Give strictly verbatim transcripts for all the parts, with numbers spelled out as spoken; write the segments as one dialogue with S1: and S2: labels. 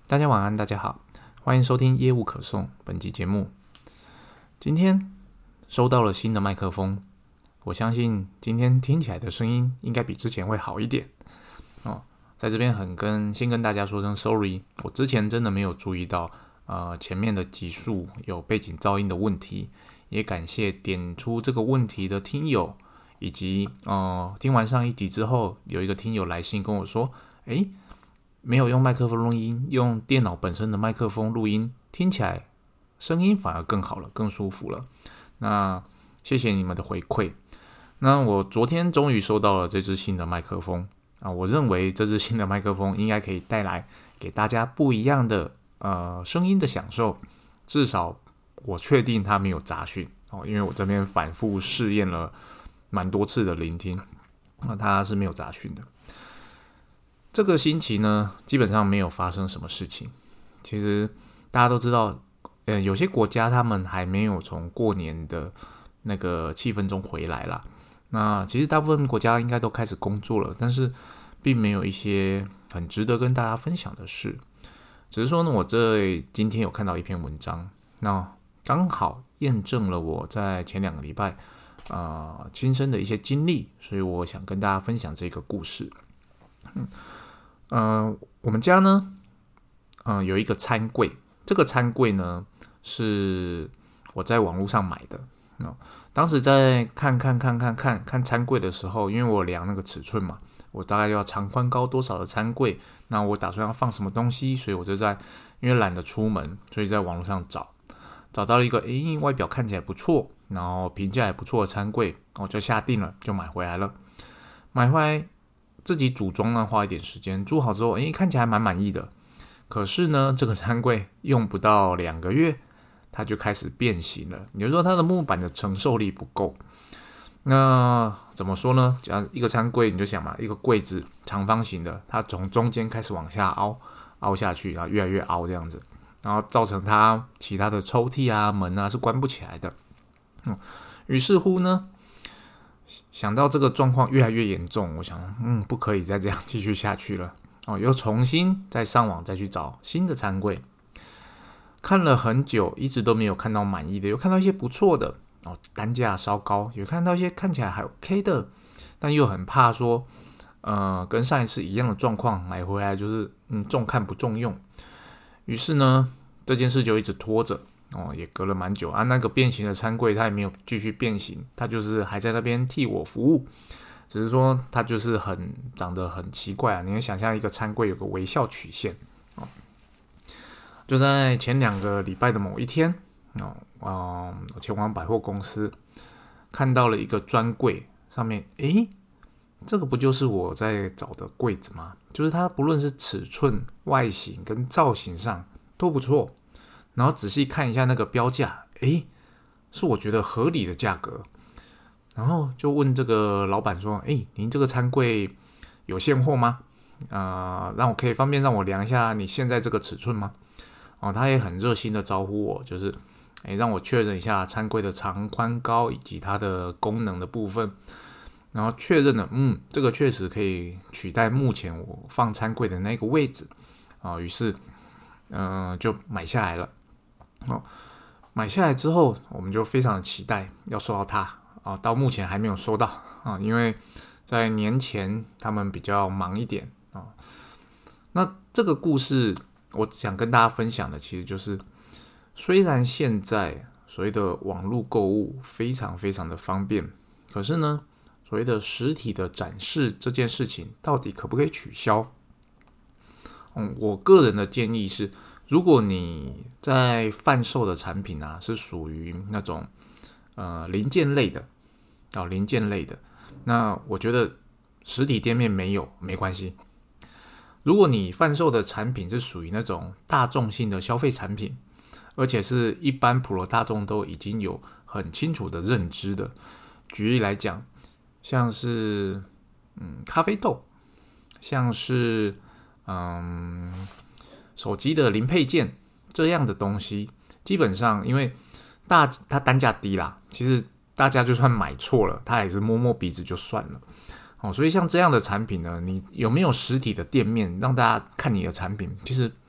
S1: 大家晚安，大家好，欢迎收听业务可颂本集节目。今天收到了新的麦克风，我相信今天听起来的声音应该比之前会好一点哦。在这边很跟先跟大家说声 sorry， 我之前真的没有注意到，呃，前面的集数有背景噪音的问题，也感谢点出这个问题的听友，以及呃听完上一集之后，有一个听友来信跟我说，诶。没有用麦克风录音，用电脑本身的麦克风录音，听起来声音反而更好了，更舒服了。那谢谢你们的回馈。那我昨天终于收到了这支新的麦克风啊，我认为这支新的麦克风应该可以带来给大家不一样的呃声音的享受。至少我确定它没有杂讯哦，因为我这边反复试验了蛮多次的聆听，那它是没有杂讯的。这个星期呢，基本上没有发生什么事情。其实大家都知道，呃，有些国家他们还没有从过年的那个气氛中回来啦。那其实大部分国家应该都开始工作了，但是并没有一些很值得跟大家分享的事。只是说呢，我这今天有看到一篇文章，那刚好验证了我在前两个礼拜呃亲身的一些经历，所以我想跟大家分享这个故事。嗯。呃，我们家呢，呃，有一个餐柜。这个餐柜呢，是我在网络上买的。哦、当时在看看看看看看餐柜的时候，因为我量那个尺寸嘛，我大概要长宽高多少的餐柜，那我打算要放什么东西，所以我就在因为懒得出门，所以在网络上找，找到了一个诶外表看起来不错，然后评价也不错的餐柜，我就下定了，就买回来了。买回来。自己组装呢，花一点时间，组好之后，诶，看起来还蛮满意的。可是呢，这个餐柜用不到两个月，它就开始变形了。也就是说，它的木板的承受力不够。那怎么说呢？讲一个餐柜，你就想嘛，一个柜子长方形的，它从中间开始往下凹，凹下去，然后越来越凹这样子，然后造成它其他的抽屉啊、门啊是关不起来的。嗯，于是乎呢。想到这个状况越来越严重，我想，嗯，不可以再这样继续下去了。哦，又重新再上网再去找新的餐柜，看了很久，一直都没有看到满意的，有看到一些不错的，哦，单价稍高，有看到一些看起来还 OK 的，但又很怕说，呃，跟上一次一样的状况，买回来就是嗯重看不重用。于是呢，这件事就一直拖着。哦，也隔了蛮久啊。那个变形的餐柜，它也没有继续变形，它就是还在那边替我服务，只是说它就是很长得很奇怪啊。你能想象一个餐柜有个微笑曲线哦。就在前两个礼拜的某一天哦，嗯，我前往百货公司，看到了一个专柜，上面诶，这个不就是我在找的柜子吗？就是它不论是尺寸、外形跟造型上都不错。然后仔细看一下那个标价，诶，是我觉得合理的价格。然后就问这个老板说：“诶，您这个餐柜有现货吗？呃，让我可以方便让我量一下你现在这个尺寸吗？”哦，他也很热心的招呼我，就是诶让我确认一下餐柜的长宽高以及它的功能的部分。然后确认了，嗯，这个确实可以取代目前我放餐柜的那个位置啊、呃。于是，嗯、呃，就买下来了。哦，买下来之后，我们就非常的期待要收到它啊，到目前还没有收到啊，因为在年前他们比较忙一点啊。那这个故事，我想跟大家分享的，其实就是，虽然现在所谓的网络购物非常非常的方便，可是呢，所谓的实体的展示这件事情，到底可不可以取消？嗯，我个人的建议是。如果你在贩售的产品啊，是属于那种呃零件类的哦，零件类的，那我觉得实体店面没有没关系。如果你贩售的产品是属于那种大众性的消费产品，而且是一般普罗大众都已经有很清楚的认知的，举例来讲，像是嗯咖啡豆，像是嗯。手机的零配件这样的东西，基本上因为大它单价低啦，其实大家就算买错了，它也是摸摸鼻子就算了。哦，所以像这样的产品呢，你有没有实体的店面让大家看你的产品，其实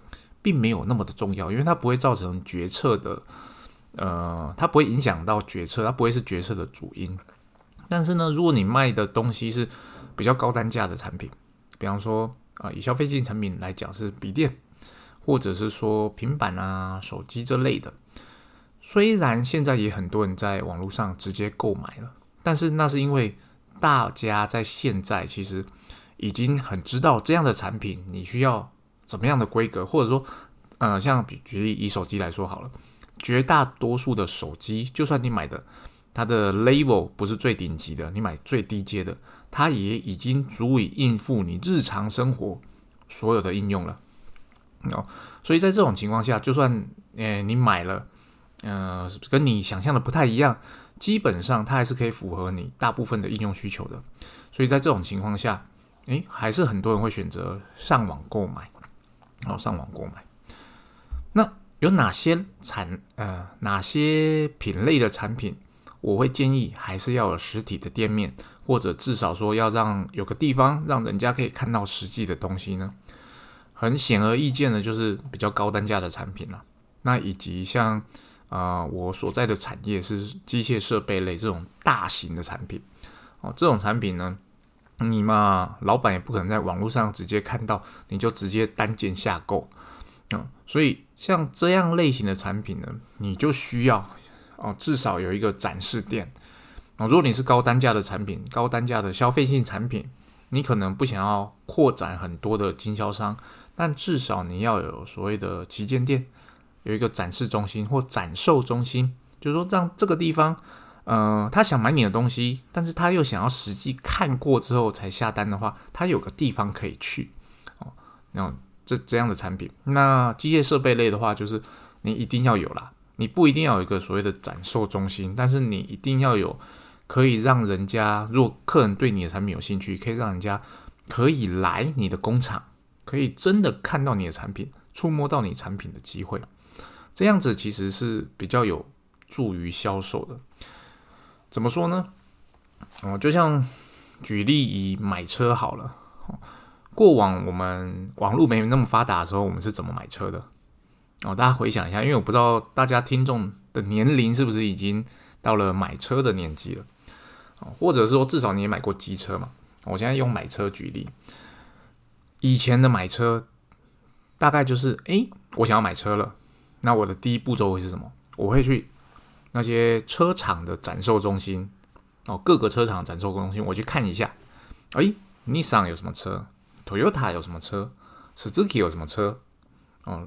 S1: 并没有那么的重要，因为它不会造成决策的，呃，它不会影响到决策，它不会是决策的主因。但是呢，如果你卖的东西是比较高单价的产品，比方说，呃，以消费性产品来讲是笔电，或者是说平板啊、手机这类的，虽然现在也很多人在网络上直接购买了，但是那是因为大家在现在其实已经很知道这样的产品你需要怎么样的规格，或者说，呃，像举例以手机来说好了，绝大多数的手机，就算你买的它的 level 不是最顶级的，你买最低阶的，它也已经足以应付你日常生活所有的应用了。哦，所以在这种情况下，就算、呃、你买了，呃，跟你想象的不太一样，基本上它还是可以符合你大部分的应用需求的。所以在这种情况下，诶，还是很多人会选择上网购买。哦，上网购买。那有哪些产呃哪些品类的产品，我会建议还是要有实体的店面，或者至少说要让有个地方让人家可以看到实际的东西呢？很显而易见的就是比较高单价的产品啦。那以及像呃我所在的产业是机械设备类这种大型的产品哦，这种产品呢，你嘛老板也不可能在网络上直接看到，你就直接单件下购。嗯，所以像这样类型的产品呢，你就需要哦至少有一个展示店。哦，如果你是高单价的产品，高单价的消费性产品，你可能不想要扩展很多的经销商，但至少你要有所谓的旗舰店，有一个展示中心或展售中心，就是说让这个地方，呃，他想买你的东西，但是他又想要实际看过之后才下单的话，他有个地方可以去。哦，那这这样的产品，那机械设备类的话，就是你一定要有啦，你不一定要有一个所谓的展售中心，但是你一定要有可以让人家，如果客人对你的产品有兴趣，可以让人家可以来你的工厂，可以真的看到你的产品，触摸到你产品的机会，这样子其实是比较有助于销售的。怎么说呢？哦，就像举例以买车好了。过往我们网络没那么发达的时候，我们是怎么买车的？哦，大家回想一下，因为我不知道大家听众的年龄是不是已经到了买车的年纪了，哦，或者是说至少你也买过机车嘛。我现在用买车举例，以前的买车大概就是，诶，我想要买车了，那我的第一步骤会是什么？我会去那些车厂的展售中心，哦，各个车厂的展售中心，我去看一下，诶 Nissan 有什么车，Toyota 有什么车， Suzuki 有什么车，哦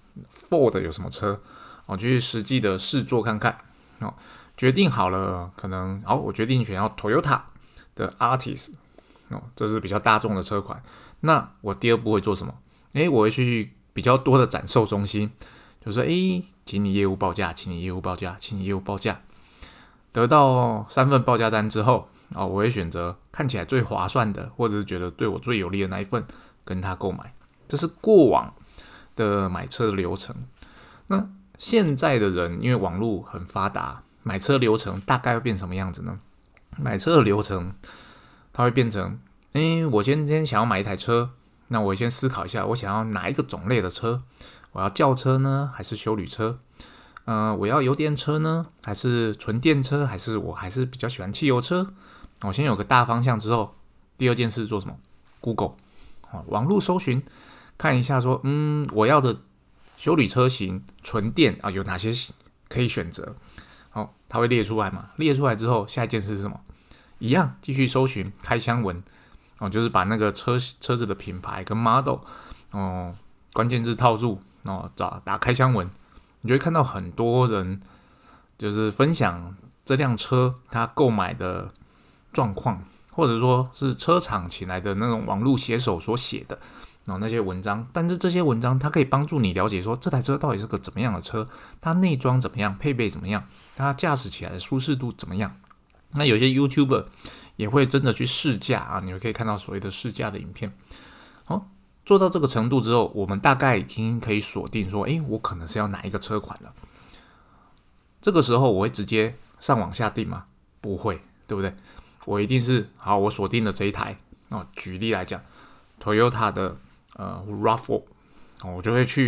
S1: Ford 有什么车，哦，去实际的试坐看看，哦，决定好了，可能好，我决定选要 Toyota 的 Altis，哦，这是比较大众的车款。那我第二步会做什么？诶，我会去比较多的展售中心，就说诶，请你业务报价，请你业务报价，请你业务报价。得到三份报价单之后，哦，我会选择看起来最划算的，或者是觉得对我最有利的那一份，跟他购买。这是过往的买车的流程。那现在的人，因为网络很发达，买车流程大概会变什么样子呢？买车的流程，它会变成，诶，我今天想要买一台车，那我先思考一下，我想要哪一个种类的车？我要轿车呢，还是休旅车？呃，我要油电车呢，还是纯电车？还是我还是比较喜欢汽油车？我先有个大方向之后，第二件事做什么 ？Google， 网络搜寻，看一下说，嗯，我要的休旅车型纯电啊有哪些可以选择？哦，它会列出来嘛？列出来之后，下一件事是什么？一样继续搜寻开箱文，哦，就是把那个车车子的品牌跟 model， 哦，关键字套入，哦，找打开箱文。你就会看到很多人就是分享这辆车他购买的状况，或者说是车厂请来的那种网络写手所写的、哦、那些文章。但是这些文章它可以帮助你了解说这台车到底是个怎么样的车，它内装怎么样，配备怎么样，它驾驶起来的舒适度怎么样。那有些 YouTuber 也会真的去试驾啊，你们可以看到所谓的试驾的影片。哦，做到这个程度之后，我们大概已经可以锁定说，诶，我可能是要哪一个车款了。这个时候我会直接上网下定吗？不会，对不对？我一定是好，我锁定了这一台。哦，举例来讲 ，Toyota 的呃 RAV 四，哦，我就会去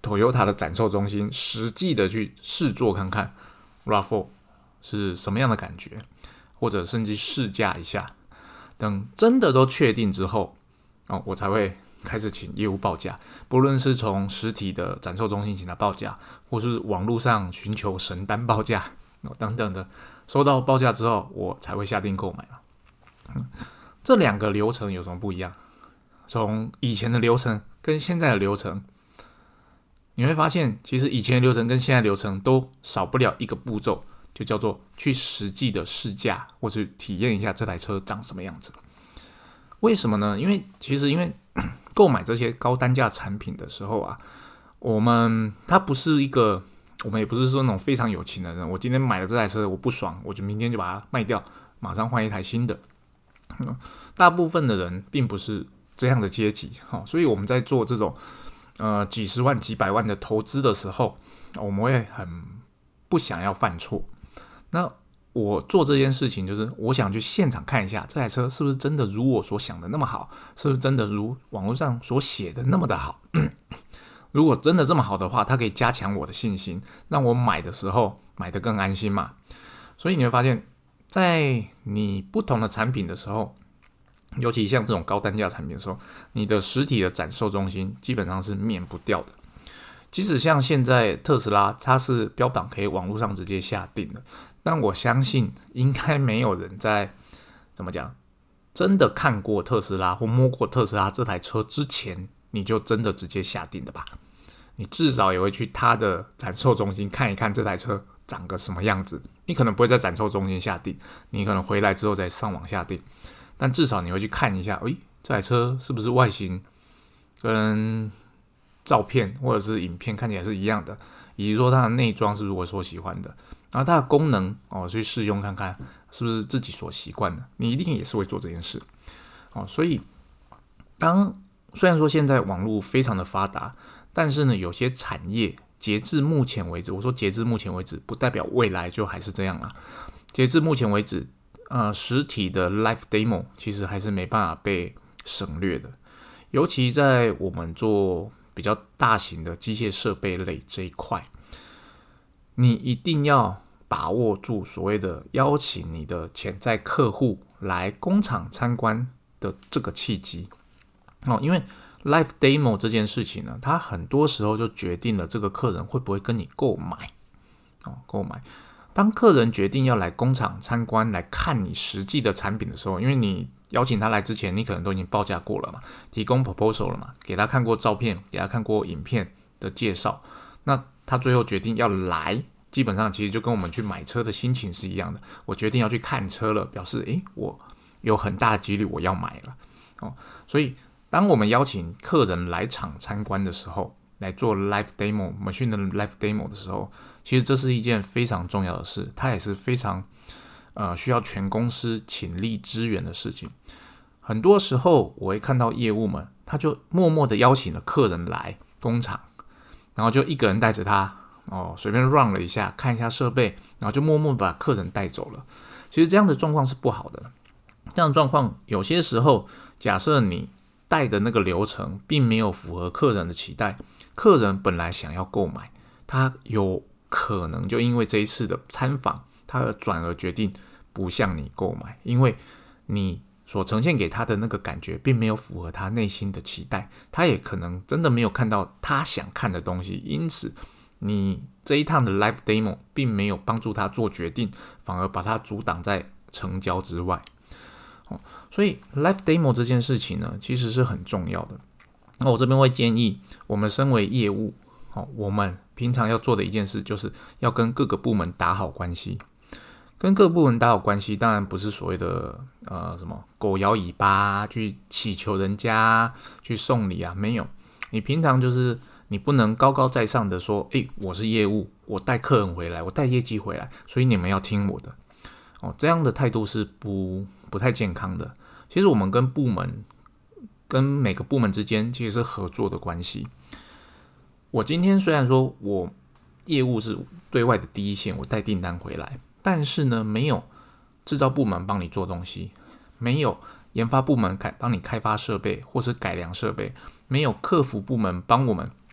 S1: Toyota 的展售中心实际的去试坐看看 RAV 四 是什么样的感觉，或者甚至试驾一下。等真的都确定之后，哦，我才会开始请业务报价，不论是从实体的展售中心请他报价，或是网络上寻求神单报价、哦、等等的。收到报价之后，我才会下定购买嘛。嗯，这两个流程有什么不一样？从以前的流程跟现在的流程，你会发现，其实以前的流程跟现在的流程都少不了一个步骤，就叫做去实际的试驾，或是体验一下这台车长什么样子。为什么呢？因为其实因为购买这些高单价产品的时候啊，我们它不是一个，我们也不是说那种非常有钱的人。我今天买了这台车，我不爽，我就明天就把它卖掉，马上换一台新的。大部分的人并不是这样的阶级，所以我们在做这种呃几十万、几百万的投资的时候，我们会很不想要犯错。那我做这件事情，就是我想去现场看一下这台车是不是真的如我所想的那么好，是不是真的如网络上所写的那么的好。如果真的这么好的话，它可以加强我的信心，让我买的时候买得更安心嘛。所以你会发现，在你不同的产品的时候，尤其像这种高单价产品的时候，你的实体的展售中心基本上是免不掉的。即使像现在特斯拉，它是标榜可以网络上直接下定的，但我相信应该没有人在怎么讲，真的看过特斯拉或摸过特斯拉这台车之前，你就真的直接下定的吧？你至少也会去它的展售中心看一看这台车长个什么样子。你可能不会在展售中心下定，你可能回来之后再上网下定，但至少你会去看一下，诶，这台车是不是外形跟照片或者是影片看起来是一样的，以及说它的内装是不是我所喜欢的，然后它的功能哦，去试用看看是不是自己所习惯的，你一定也是会做这件事哦。所以，当虽然说现在网络非常的发达，但是呢，有些产业截至目前为止，我说截至目前为止，不代表未来就还是这样啦。截至目前为止，呃，实体的 live demo 其实还是没办法被省略的，尤其在我们做比较大型的机械设备类这一块，你一定要把握住所谓的邀请你的潜在客户来工厂参观的这个契机哦，因为 live demo 这件事情呢，它很多时候就决定了这个客人会不会跟你购买哦，购买。当客人决定要来工厂参观来看你实际的产品的时候，因为你邀请他来之前，你可能都已经报价过了嘛，提供 proposal 了嘛，给他看过照片，给他看过影片的介绍，那他最后决定要来，基本上其实就跟我们去买车的心情是一样的。我决定要去看车了，表示诶，我有很大的几率我要买了哦。所以当我们邀请客人来场参观的时候，来做 live demo machine 的 live demo 的时候，其实这是一件非常重要的事，它也是非常呃需要全公司倾力支援的事情。很多时候我会看到业务们，他就默默的邀请了客人来工厂，然后就一个人带着他哦，随便 run 了一下，看一下设备，然后就默默把客人带走了。其实这样的状况是不好的。这样的状况有些时候，假设你带的那个流程并没有符合客人的期待，客人本来想要购买，他有可能就因为这一次的参访，他转而决定不向你购买，因为你所呈现给他的那个感觉并没有符合他内心的期待，他也可能真的没有看到他想看的东西，因此你这一趟的 live demo 并没有帮助他做决定，反而把他阻挡在成交之外。所以 live demo 这件事情呢，其实是很重要的。那我这边会建议我们身为业务，我们平常要做的一件事，就是要跟各个部门打好关系。跟各部门打好关系，当然不是所谓的呃什么狗摇尾巴去祈求人家去送礼啊，没有。你平常就是你不能高高在上的说，诶，我是业务，我带客人回来，我带业绩回来，所以你们要听我的。哦，这样的态度是不不太健康的。其实我们跟部门跟每个部门之间其实是合作的关系。我今天虽然说我业务是对外的第一线，我带订单回来，但是呢，没有制造部门帮你做东西，没有研发部门帮你开发设备或是改良设备，没有客服部门帮我们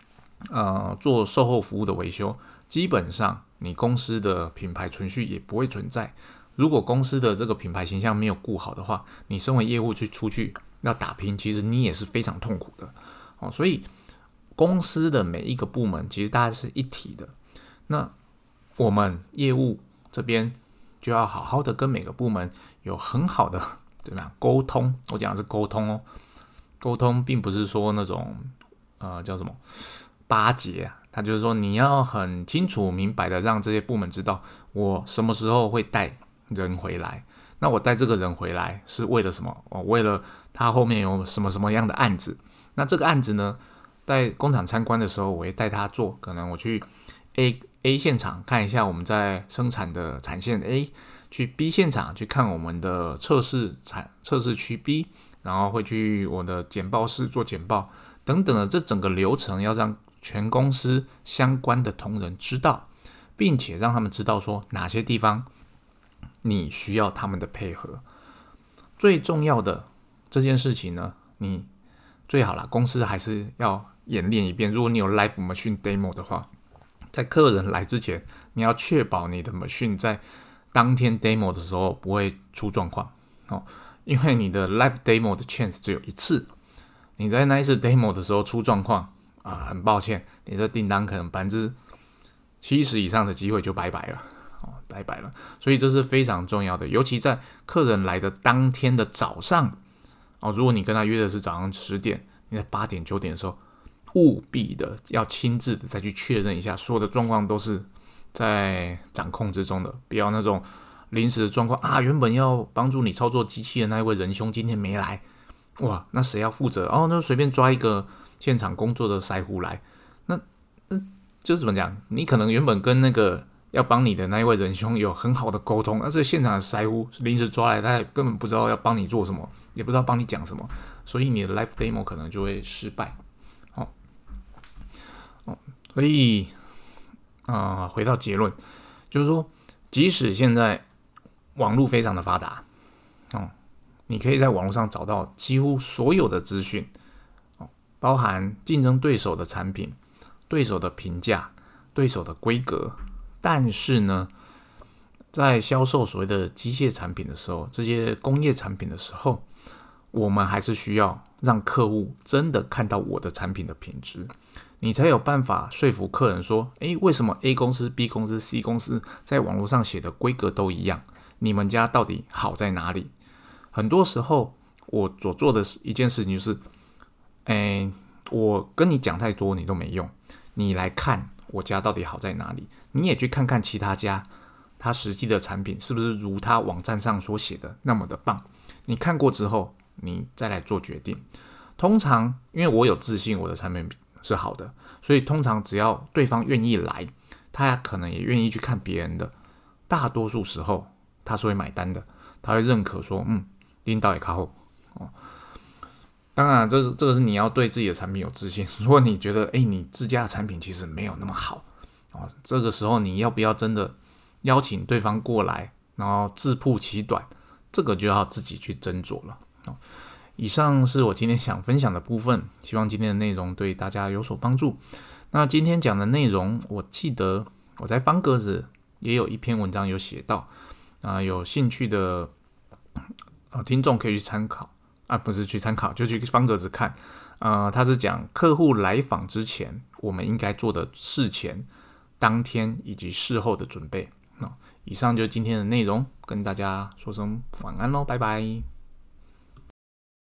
S1: 呃做售后服务的维修，基本上你公司的品牌存续也不会存在。如果公司的这个品牌形象没有顾好的话，你身为业务去出去要打拼，其实你也是非常痛苦的。哦，所以公司的每一个部门其实大家是一体的。那我们业务这边就要好好的跟每个部门有很好的对吧沟通。我讲的是沟通哦，沟通并不是说那种呃叫什么巴结啊，它就是说你要很清楚明白的让这些部门知道我什么时候会带人回来。那我带这个人回来是为了什么？哦，为了他后面有什么什么样的案子。那这个案子呢，在工厂参观的时候，我会带他做。可能我去 A A 现场看一下我们在生产的产线 A， 去 B 现场去看我们的测试产测试区 B， 然后会去我的简报室做简报等等的。这整个流程要让全公司相关的同仁知道，并且让他们知道说哪些地方你需要他们的配合。最重要的这件事情呢，你最好啦，公司还是要演练一遍。如果你有 live machine demo 的话，在客人来之前，你要确保你的 machine 在当天 demo 的时候不会出状况哦，因为你的 live demo 的 chance 只有一次。你在那一次 demo 的时候出状况啊，很抱歉，你这订单可能百分之七十以上的机会就拜拜了。拜拜了，所以这是非常重要的，尤其在客人来的当天的早上哦。如果你跟他约的是早上十点，你在八点九点的时候，务必的要亲自的再去确认一下，所有的状况都是在掌控之中的，不要那种临时的状况啊。原本要帮助你操作机器的那一位仁兄今天没来，哇，那谁要负责？哦，那随便抓一个现场工作的腮胡来，那那就是怎么讲？你可能原本跟那个要帮你的那一位仁兄有很好的沟通，而这现场的腮胡临时抓来，他根本不知道要帮你做什么，也不知道帮你讲什么，所以你的 live demo 可能就会失败。哦，哦所以啊、呃，回到结论，就是说，即使现在网络非常的发达，哦，你可以在网络上找到几乎所有的资讯，哦，包含竞争对手的产品、对手的评价、对手的规格。但是呢，在销售所谓的机械产品的时候，这些工业产品的时候，我们还是需要让客户真的看到我的产品的品质，你才有办法说服客人说，诶，为什么 A 公司、B 公司、C 公司在网络上写的规格都一样，你们家到底好在哪里？很多时候我所做的一件事情就是，诶，我跟你讲太多你都没用，你来看我家到底好在哪里，你也去看看其他家他实际的产品是不是如他网站上所写的那么的棒。你看过之后，你再来做决定。通常因为我有自信我的产品是好的，所以通常只要对方愿意来，他可能也愿意去看别人的，大多数时候他是会买单的，他会认可说，嗯，领导也靠后哦。当然这是这个是你要对自己的产品有自信。如果你觉得诶你自家的产品其实没有那么好，哦，这个时候你要不要真的邀请对方过来，然后自曝其短，这个就要自己去斟酌了。哦，以上是我今天想分享的部分，希望今天的内容对大家有所帮助。那今天讲的内容，我记得我在方格子也有一篇文章有写到，啊、呃，有兴趣的、呃、听众可以去参考。啊，不是去参考，就去方格子看。呃，他是讲客户来访之前，我们应该做的事前、当天以及事后的准备。哦，以上就是今天的内容，跟大家说声晚安喽，拜拜。